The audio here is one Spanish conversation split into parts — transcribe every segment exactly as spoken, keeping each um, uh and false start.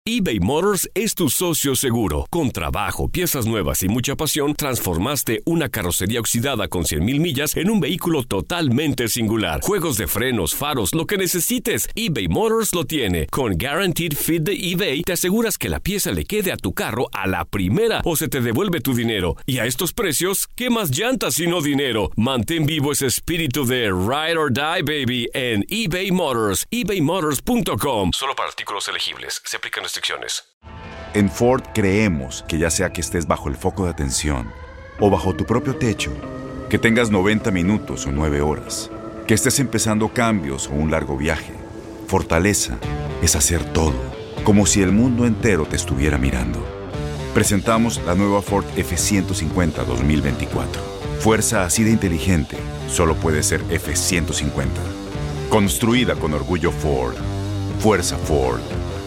eBay Motors es tu socio seguro. Con trabajo, piezas nuevas y mucha pasión, transformaste una carrocería oxidada con cien mil millas en un vehículo totalmente singular. Juegos de frenos, faros, lo que necesites, eBay Motors lo tiene. Con Guaranteed Fit de eBay, te aseguras que la pieza le quede a tu carro a la primera o se te devuelve tu dinero. Y a estos precios, ¿qué más llantas sino dinero? Mantén vivo ese espíritu de Ride or Die, baby, en eBay Motors. ebay motors punto com. Solo para artículos elegibles. Se aplican restricciones. En Ford creemos que ya sea que estés bajo el foco de atención o bajo tu propio techo, que tengas noventa minutos o nueve horas, que estés empezando cambios o un largo viaje, fortaleza es hacer todo, como si el mundo entero te estuviera mirando. Presentamos la nueva Ford F ciento cincuenta dos mil veinticuatro. Fuerza así de inteligente solo puede ser F ciento cincuenta. Construida con orgullo Ford. Fuerza Ford.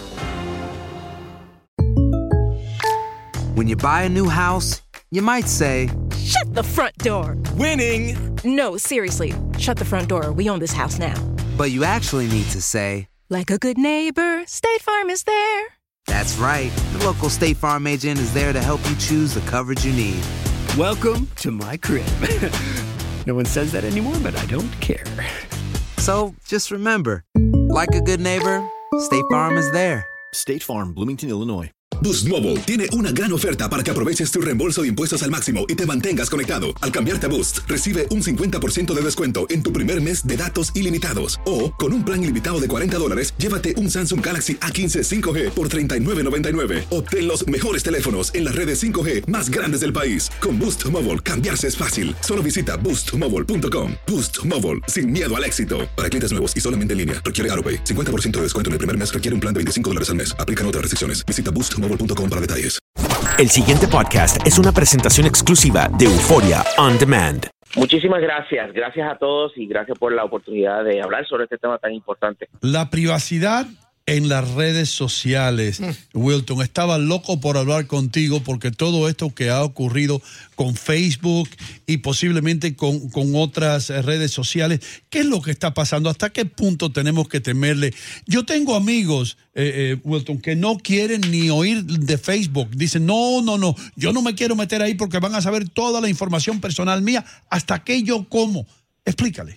When you buy a new house, you might say, "Shut the front door." Winning! No, seriously. Shut the front door. We own this house now. But you actually need to say, like a good neighbor, State Farm is there. That's right. The local State Farm agent is there to help you choose the coverage you need. Welcome to my crib. No one says that anymore, but I don't care. So just remember, like a good neighbor, State Farm is there. State Farm, Bloomington, Illinois. Boost Mobile tiene una gran oferta para que aproveches tu reembolso de impuestos al máximo y te mantengas conectado. Al cambiarte a Boost, recibe un cincuenta por ciento de descuento en tu primer mes de datos ilimitados. O, con un plan ilimitado de cuarenta dólares, llévate un Samsung Galaxy A quince cinco G por treinta y nueve noventa y nueve. Obtén los mejores teléfonos en las redes cinco G más grandes del país. Con Boost Mobile, cambiarse es fácil. Solo visita boost mobile punto com. Boost Mobile, sin miedo al éxito. Para clientes nuevos y solamente en línea, requiere AutoPay. cincuenta por ciento de descuento en el primer mes requiere un plan de veinticinco dólares al mes. Aplican otras restricciones. Visita boost mobile punto com para detalles. El siguiente podcast es una presentación exclusiva de Euforia On Demand. Muchísimas gracias. Gracias a todos y gracias por la oportunidad de hablar sobre este tema tan importante. La privacidad en las redes sociales. Mm. Wilton, estaba loco por hablar contigo porque todo esto que ha ocurrido con Facebook y posiblemente con, con otras redes sociales, ¿qué es lo que está pasando? ¿Hasta qué punto tenemos que temerle? Yo tengo amigos, eh, eh, Wilton, que no quieren ni oír de Facebook. Dicen, no, no, no, yo no me quiero meter ahí porque van a saber toda la información personal mía hasta que yo como. Explícale.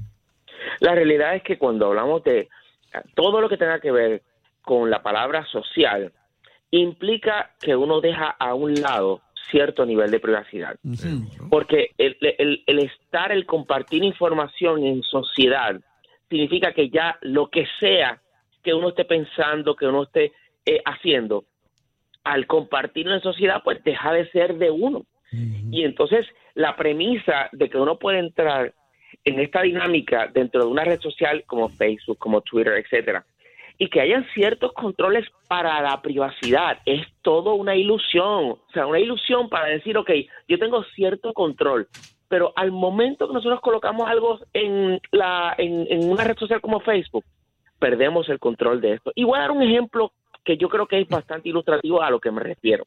La realidad es que cuando hablamos de todo lo que tenga que ver con la palabra social implica que uno deja a un lado cierto nivel de privacidad. Uh-huh. Porque el, el, el estar, el compartir información en sociedad significa que ya lo que sea que uno esté pensando, que uno esté eh, haciendo, al compartirlo en sociedad, pues deja de ser de uno. Uh-huh. Y entonces la premisa de que uno puede entrar en esta dinámica dentro de una red social como Facebook, como Twitter, etcétera, y que hayan ciertos controles para la privacidad, es todo una ilusión, o sea, una ilusión para decir, ok, yo tengo cierto control, pero al momento que nosotros colocamos algo en la en, en una red social como Facebook, perdemos el control de esto. Y voy a dar un ejemplo que yo creo que es bastante ilustrativo a lo que me refiero.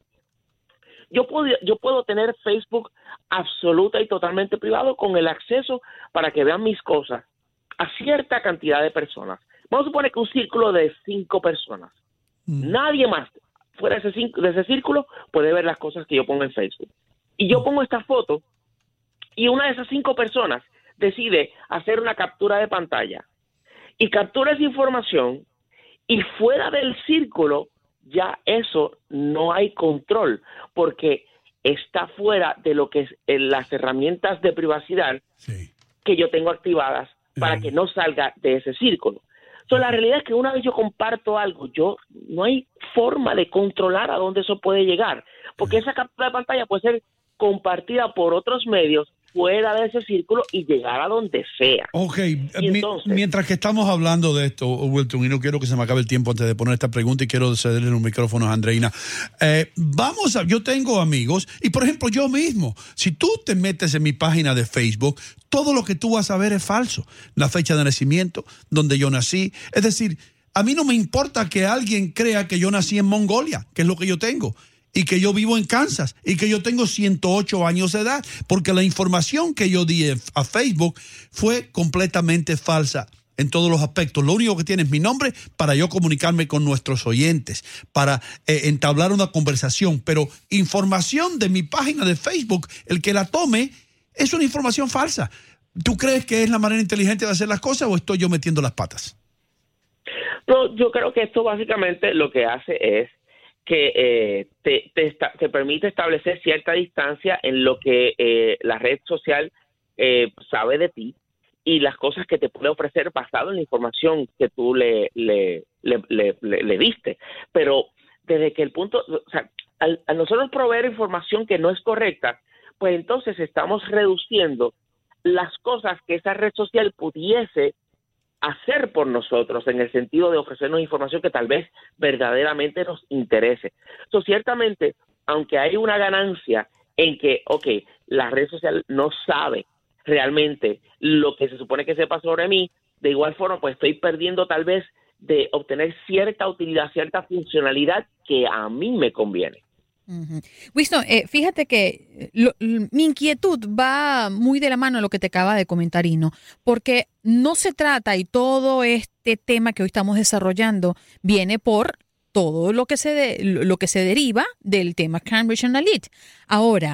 Yo puedo, yo puedo tener Facebook absoluta y totalmente privado con el acceso para que vean mis cosas a cierta cantidad de personas. Vamos a suponer que un círculo de cinco personas. Mm. Nadie más fuera de ese, cinco, de ese círculo puede ver las cosas que yo pongo en Facebook. Y yo pongo esta foto y una de esas cinco personas decide hacer una captura de pantalla y captura esa información y fuera del círculo ya eso no hay control porque está fuera de lo que es las herramientas de privacidad sí. que yo tengo activadas para mm. que no salga de ese círculo. Entonces, la realidad es que una vez yo comparto algo, yo no hay forma de controlar a dónde eso puede llegar, porque esa captura de pantalla puede ser compartida por otros medios fuera de ese círculo y llegar a donde sea. Ok, entonces, Mi, mientras que estamos hablando de esto, Wilton, y no quiero que se me acabe el tiempo antes de poner esta pregunta y quiero cederle los micrófonos a Andreina. Eh, vamos a, yo tengo amigos, y por ejemplo yo mismo, si tú te metes en mi página de Facebook, todo lo que tú vas a ver es falso. La fecha de nacimiento, donde yo nací, es decir, a mí no me importa que alguien crea que yo nací en Mongolia, que es lo que yo tengo, y que yo vivo en Kansas, y que yo tengo ciento ocho años de edad, porque la información que yo di a Facebook fue completamente falsa. en todos los aspectos. Lo único que tiene es mi nombre para yo comunicarme con nuestros oyentes, para eh, entablar una conversación. Pero información de mi página de Facebook, el que la tome, es una información falsa. ¿Tú crees que es la manera inteligente de hacer las cosas o estoy yo metiendo las patas? No, yo creo que esto básicamente lo que hace es que eh, te, te, esta, te permite establecer cierta distancia en lo que eh, la red social eh, sabe de ti y las cosas que te puede ofrecer basado en la información que tú le, le, le, le, le, le diste. Pero desde que el punto, o sea, al, al nosotros proveer información que no es correcta, pues entonces estamos reduciendo las cosas que esa red social pudiese hacer por nosotros en el sentido de ofrecernos información que tal vez verdaderamente nos interese. So, ciertamente, aunque hay una ganancia en que, ok, la red social no sabe realmente lo que se supone que sepa sobre mí, de igual forma, pues estoy perdiendo tal vez de obtener cierta utilidad, cierta funcionalidad que a mí me conviene. Uh-huh. Winston, eh, fíjate que lo, l- mi inquietud va muy de la mano a lo que te acaba de comentar, Ino, porque no se trata, y todo este tema que hoy estamos desarrollando viene por todo lo que se de, lo que se deriva del tema Cambridge Analytica. Ahora,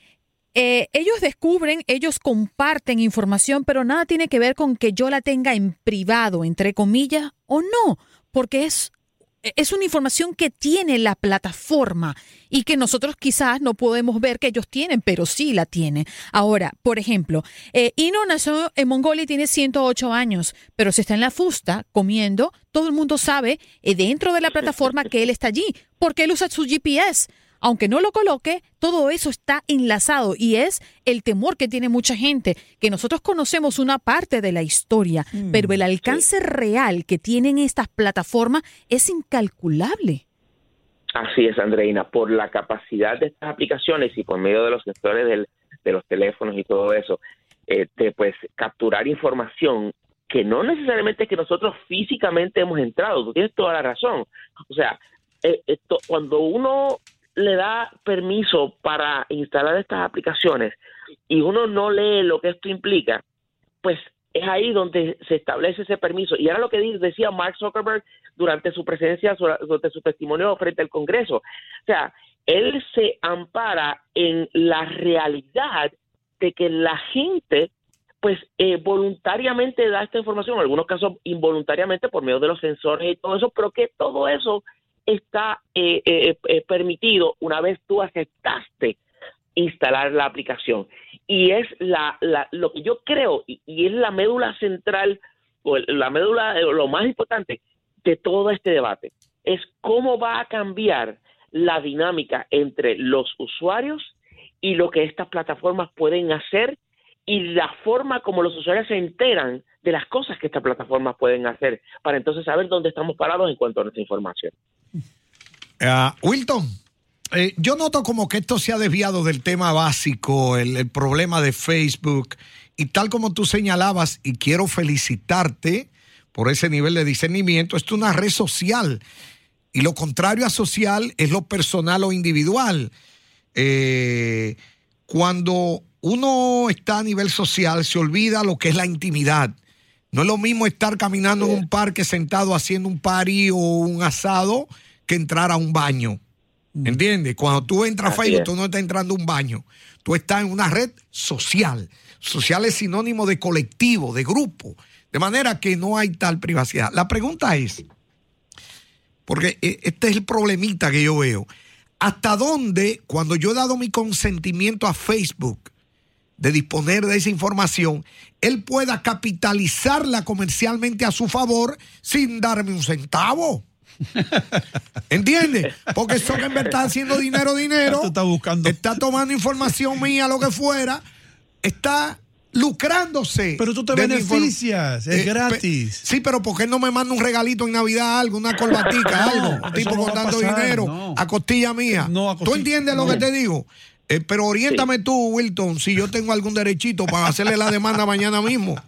eh, ellos descubren, ellos comparten información, pero nada tiene que ver con que yo la tenga en privado, entre comillas, o no, porque es Es una información que tiene la plataforma y que nosotros quizás no podemos ver que ellos tienen, pero sí la tienen. Ahora, por ejemplo, eh, Ino nació en Mongolia y tiene ciento ocho años, pero si está en la fusta comiendo, todo el mundo sabe eh, dentro de la plataforma que él está allí, porque él usa su G P S. Aunque no lo coloque, todo eso está enlazado y es el temor que tiene mucha gente, que nosotros conocemos una parte de la historia, mm, pero el alcance sí. real que tienen estas plataformas es incalculable. Así es, Andreina, por la capacidad de estas aplicaciones y por medio de los sensores del, de los teléfonos y todo eso, eh, de pues capturar información que no necesariamente es que nosotros físicamente hemos entrado. Tú tienes toda la razón. O sea, eh, esto, cuando uno le da permiso para instalar estas aplicaciones y uno no lee lo que esto implica, pues es ahí donde se establece ese permiso. Y era lo que decía Mark Zuckerberg durante su presencia, durante su testimonio frente al Congreso. O sea, él se ampara en la realidad de que la gente pues eh, voluntariamente da esta información, en algunos casos involuntariamente por medio de los sensores y todo eso, pero que todo eso está eh, eh, eh, permitido una vez tú aceptaste instalar la aplicación. Y es la, la lo que yo creo, y, y es la médula central, o la médula, lo más importante de todo este debate, es cómo va a cambiar la dinámica entre los usuarios y lo que estas plataformas pueden hacer y la forma como los usuarios se enteran de las cosas que estas plataformas pueden hacer para entonces saber dónde estamos parados en cuanto a nuestra información. Uh, Wilton, eh, yo noto como que esto se ha desviado del tema básico, el, el problema de Facebook, y tal como tú señalabas, y quiero felicitarte por ese nivel de discernimiento, esto es una red social, y lo contrario a social es lo personal o individual. Eh, cuando uno está a nivel social, se olvida lo que es la intimidad. No es lo mismo estar caminando en un parque sentado haciendo un party o un asado que entrar a un baño. ¿Entiendes? Cuando tú entras a Facebook, tú no estás entrando a un baño. Tú estás en una red social. Social es sinónimo de colectivo, de grupo. De manera que no hay tal privacidad. La pregunta es, porque este es el problemita que yo veo, ¿hasta dónde, cuando yo he dado mi consentimiento a Facebook de disponer de esa información, él pueda capitalizarla comercialmente a su favor sin darme un centavo? ¿Entiendes? Porque Zuckerberg está haciendo dinero, dinero. Está buscando. Está tomando información mía, lo que fuera. Está lucrándose. Pero tú te beneficias, es eh, gratis. Pe- sí, pero ¿por qué no me manda un regalito en Navidad, algo, una corbatica, algo? Un tipo no contando dinero no. a costilla mía. No, a costilla, ¿tú entiendes no. lo que te digo? Eh, pero oriéntame sí. tú, Wilton, si yo tengo algún derechito para hacerle la demanda mañana mismo.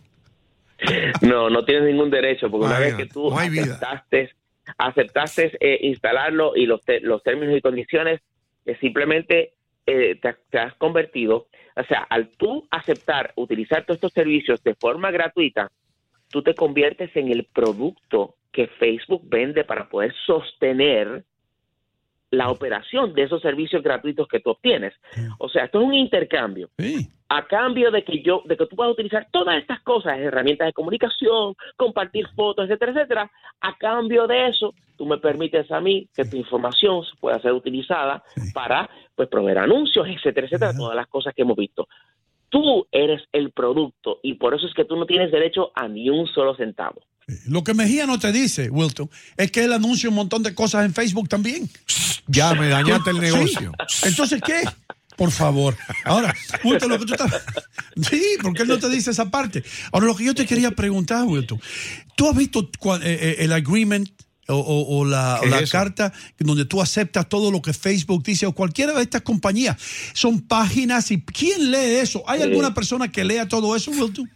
No, no tienes ningún derecho, porque Vaya, una vez que tú no aceptaste, aceptaste eh, instalarlo y los, te, los términos y condiciones, eh, simplemente eh, te, te has convertido, o sea, al tú aceptar utilizar todos estos servicios de forma gratuita, tú te conviertes en el producto que Facebook vende para poder sostener la operación de esos servicios gratuitos que tú obtienes. O sea, esto es un intercambio. Sí. A cambio de que yo, de que tú puedas utilizar todas estas cosas, herramientas de comunicación, compartir fotos, etcétera, etcétera, a cambio de eso, tú me permites a mí que tu información pueda ser utilizada sí. para, pues, proveer anuncios, etcétera, etcétera, uh-huh. todas las cosas que hemos visto. Tú eres el producto y por eso es que tú no tienes derecho a ni un solo centavo. Lo que Mejía no te dice, Wilton, es que él anuncia un montón de cosas en Facebook también. Ya me dañaste el negocio. Sí. Entonces, ¿qué? Por favor. Ahora, Wilton, lo que tú estás... Sí, porque él no te dice esa parte. Ahora, lo que yo te quería preguntar, Wilton, ¿tú has visto eh, el agreement o, o, o la, o la carta donde tú aceptas todo lo que Facebook dice o cualquiera de estas compañías? Son páginas y ¿quién lee eso? ¿Hay alguna persona que lea todo eso, Wilton?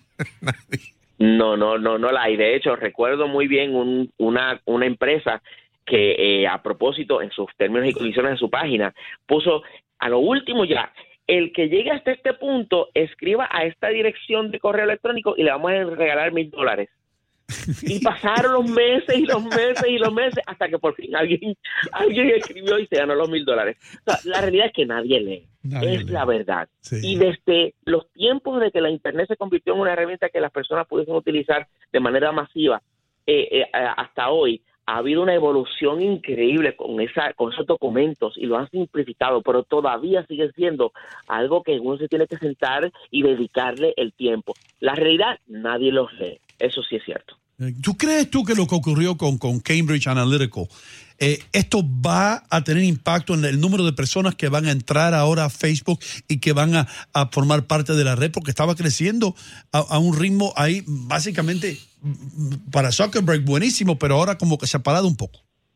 No, no, no, no la hay. De hecho, recuerdo muy bien un, una, una empresa que eh, a propósito, en sus términos y condiciones de su página, puso a lo último ya, el que llegue hasta este punto, escriba a esta dirección de correo electrónico y le vamos a regalar mil dólares. Y pasaron los meses y los meses y los meses hasta que por fin alguien, alguien escribió y se ganó los mil dólares. O sea, la realidad es que nadie lee. Nadie es lee. La verdad. Sí. Y desde los tiempos de que la Internet se convirtió en una herramienta que las personas pudiesen utilizar de manera masiva, eh, eh, hasta hoy, ha habido una evolución increíble con esa con esos documentos y lo han simplificado, pero todavía sigue siendo algo que uno se tiene que sentar y dedicarle el tiempo. La realidad, nadie los lee. Eso sí es cierto. ¿Tú crees tú que lo que ocurrió con, con Cambridge Analytica, eh, esto va a tener impacto en el número de personas que van a entrar ahora a Facebook y que van a, a formar parte de la red? Porque estaba creciendo a, a un ritmo ahí básicamente para Zuckerberg buenísimo, pero ahora como que se ha parado un poco.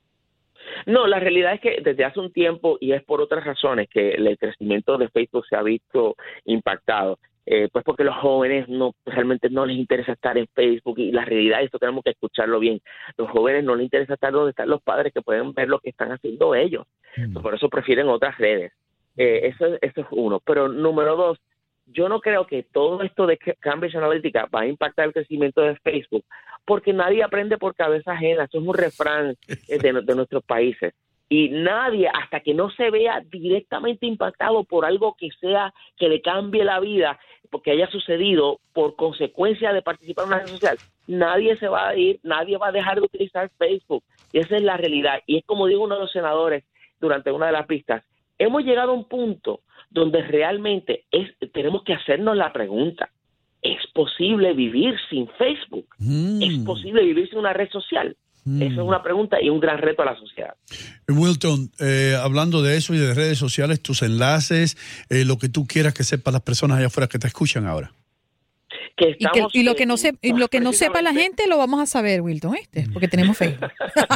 No, la realidad es que desde hace un tiempo, y es por otras razones, que el crecimiento de Facebook se ha visto impactado. Eh, pues porque los jóvenes no realmente no les interesa estar en Facebook, y la realidad, esto tenemos que escucharlo bien, los jóvenes no les interesa estar donde están los padres que pueden ver lo que están haciendo ellos, mm. por eso prefieren otras redes. Eh, eso, eso es uno. Pero número dos, yo no creo que todo esto de Cambridge Analytica va a impactar el crecimiento de Facebook, porque nadie aprende por cabeza ajena. Eso es un refrán eh, de, de nuestros países. Y nadie, hasta que no se vea directamente impactado por algo que sea, que le cambie la vida, porque haya sucedido por consecuencia de participar en una red social, nadie se va a ir, nadie va a dejar de utilizar Facebook. Y esa es la realidad. Y es como dijo uno de los senadores durante una de las pistas, hemos llegado a un punto donde realmente es, tenemos que hacernos la pregunta, ¿es posible vivir sin Facebook? Mm. ¿Es posible vivir sin una red social? Mm. Esa es una pregunta y un gran reto a la sociedad. Wilton, eh, hablando de eso y de redes sociales, tus enlaces, eh, lo que tú quieras que sepan las personas allá afuera que te escuchan ahora. Que y, que, y lo que no, se, y lo que no sepa la gente lo vamos a saber, Wilton, ¿viste? Porque tenemos Facebook.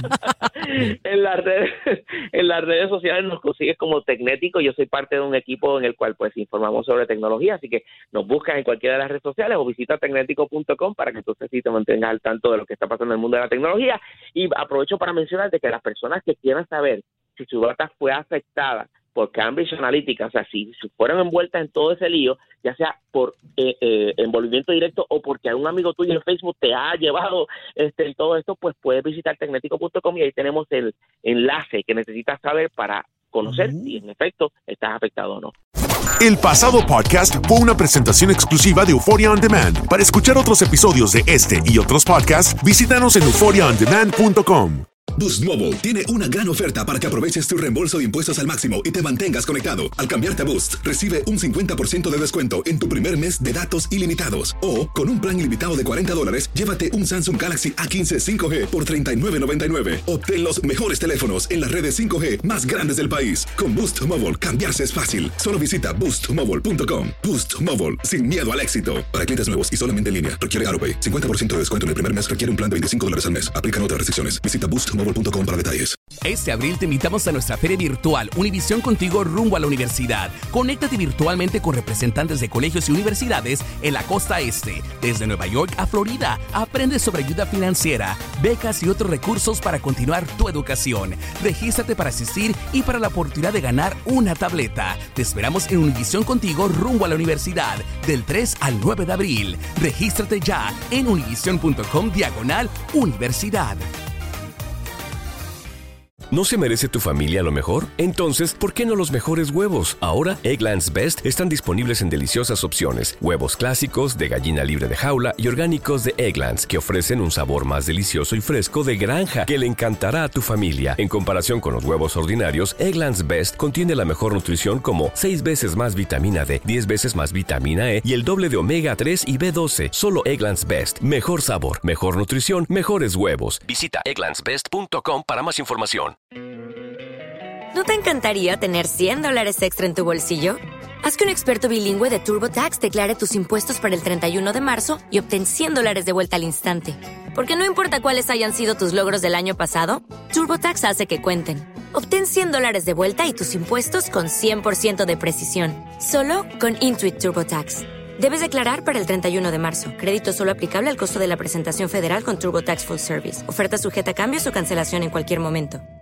en, las redes, en las redes sociales nos consigues como Tecnético. Yo soy parte de un equipo en el cual pues informamos sobre tecnología, así que nos buscas en cualquiera de las redes sociales o visita tecnético punto com para que entonces sí te mantengas al tanto de lo que está pasando en el mundo de la tecnología. Y aprovecho para mencionarte que las personas que quieran saber si su data fue afectada por Cambridge Analytica, o sea, si, si fueron envueltas en todo ese lío, ya sea por eh, eh, envolvimiento directo o porque algún amigo tuyo en Facebook te ha llevado este, en todo esto, pues puedes visitar tecnético punto com y ahí tenemos el enlace que necesitas saber para conocer uh-huh. si en efecto estás afectado o no. El pasado podcast fue una presentación exclusiva de Euphoria On Demand. Para escuchar otros episodios de este y otros podcasts, visítanos en euphoria on demand punto com. Boost Mobile tiene una gran oferta para que aproveches tu reembolso de impuestos al máximo y te mantengas conectado. Al cambiarte a Boost, recibe un cincuenta por ciento de descuento en tu primer mes de datos ilimitados. O, con un plan ilimitado de cuarenta dólares, llévate un Samsung Galaxy A quince cinco G por treinta y nueve noventa y nueve. Obtén los mejores teléfonos en las redes cinco G más grandes del país. Con Boost Mobile, cambiarse es fácil. Solo visita boost mobile punto com. Boost Mobile, sin miedo al éxito. Para clientes nuevos y solamente en línea, requiere AutoPay. cincuenta por ciento de descuento en el primer mes requiere un plan de veinticinco dólares al mes. Aplican otras restricciones. Visita boost mobile punto com para detalles. Este abril te invitamos a nuestra feria virtual Univisión Contigo rumbo a la universidad. Conéctate virtualmente con representantes de colegios y universidades en la costa este, desde Nueva York a Florida. Aprende sobre ayuda financiera, becas y otros recursos para continuar tu educación. Regístrate para asistir y para la oportunidad de ganar una tableta. Te esperamos en Univisión Contigo rumbo a la universidad del tres al nueve de abril. Regístrate ya en univision.com diagonal universidad. ¿No se merece tu familia lo mejor? Entonces, ¿por qué no los mejores huevos? Ahora, Eggland's Best están disponibles en deliciosas opciones. Huevos clásicos, de gallina libre de jaula y orgánicos de Eggland's, que ofrecen un sabor más delicioso y fresco de granja que le encantará a tu familia. En comparación con los huevos ordinarios, Eggland's Best contiene la mejor nutrición como seis veces más vitamina D, diez veces más vitamina E y el doble de omega tres y B doce. Solo Eggland's Best. Mejor sabor, mejor nutrición, mejores huevos. Visita egglands best punto com para más información. ¿No te encantaría tener cien dólares extra en tu bolsillo? Haz que un experto bilingüe de TurboTax declare tus impuestos para el treinta y uno de marzo y obtén cien dólares de vuelta al instante. Porque no importa cuáles hayan sido tus logros del año pasado, TurboTax hace que cuenten. Obtén cien dólares de vuelta y tus impuestos con cien por ciento de precisión. Solo con Intuit TurboTax. Debes declarar para el treinta y uno de marzo. Crédito solo aplicable al costo de la presentación federal con TurboTax Full Service. Oferta sujeta a cambios o cancelación en cualquier momento.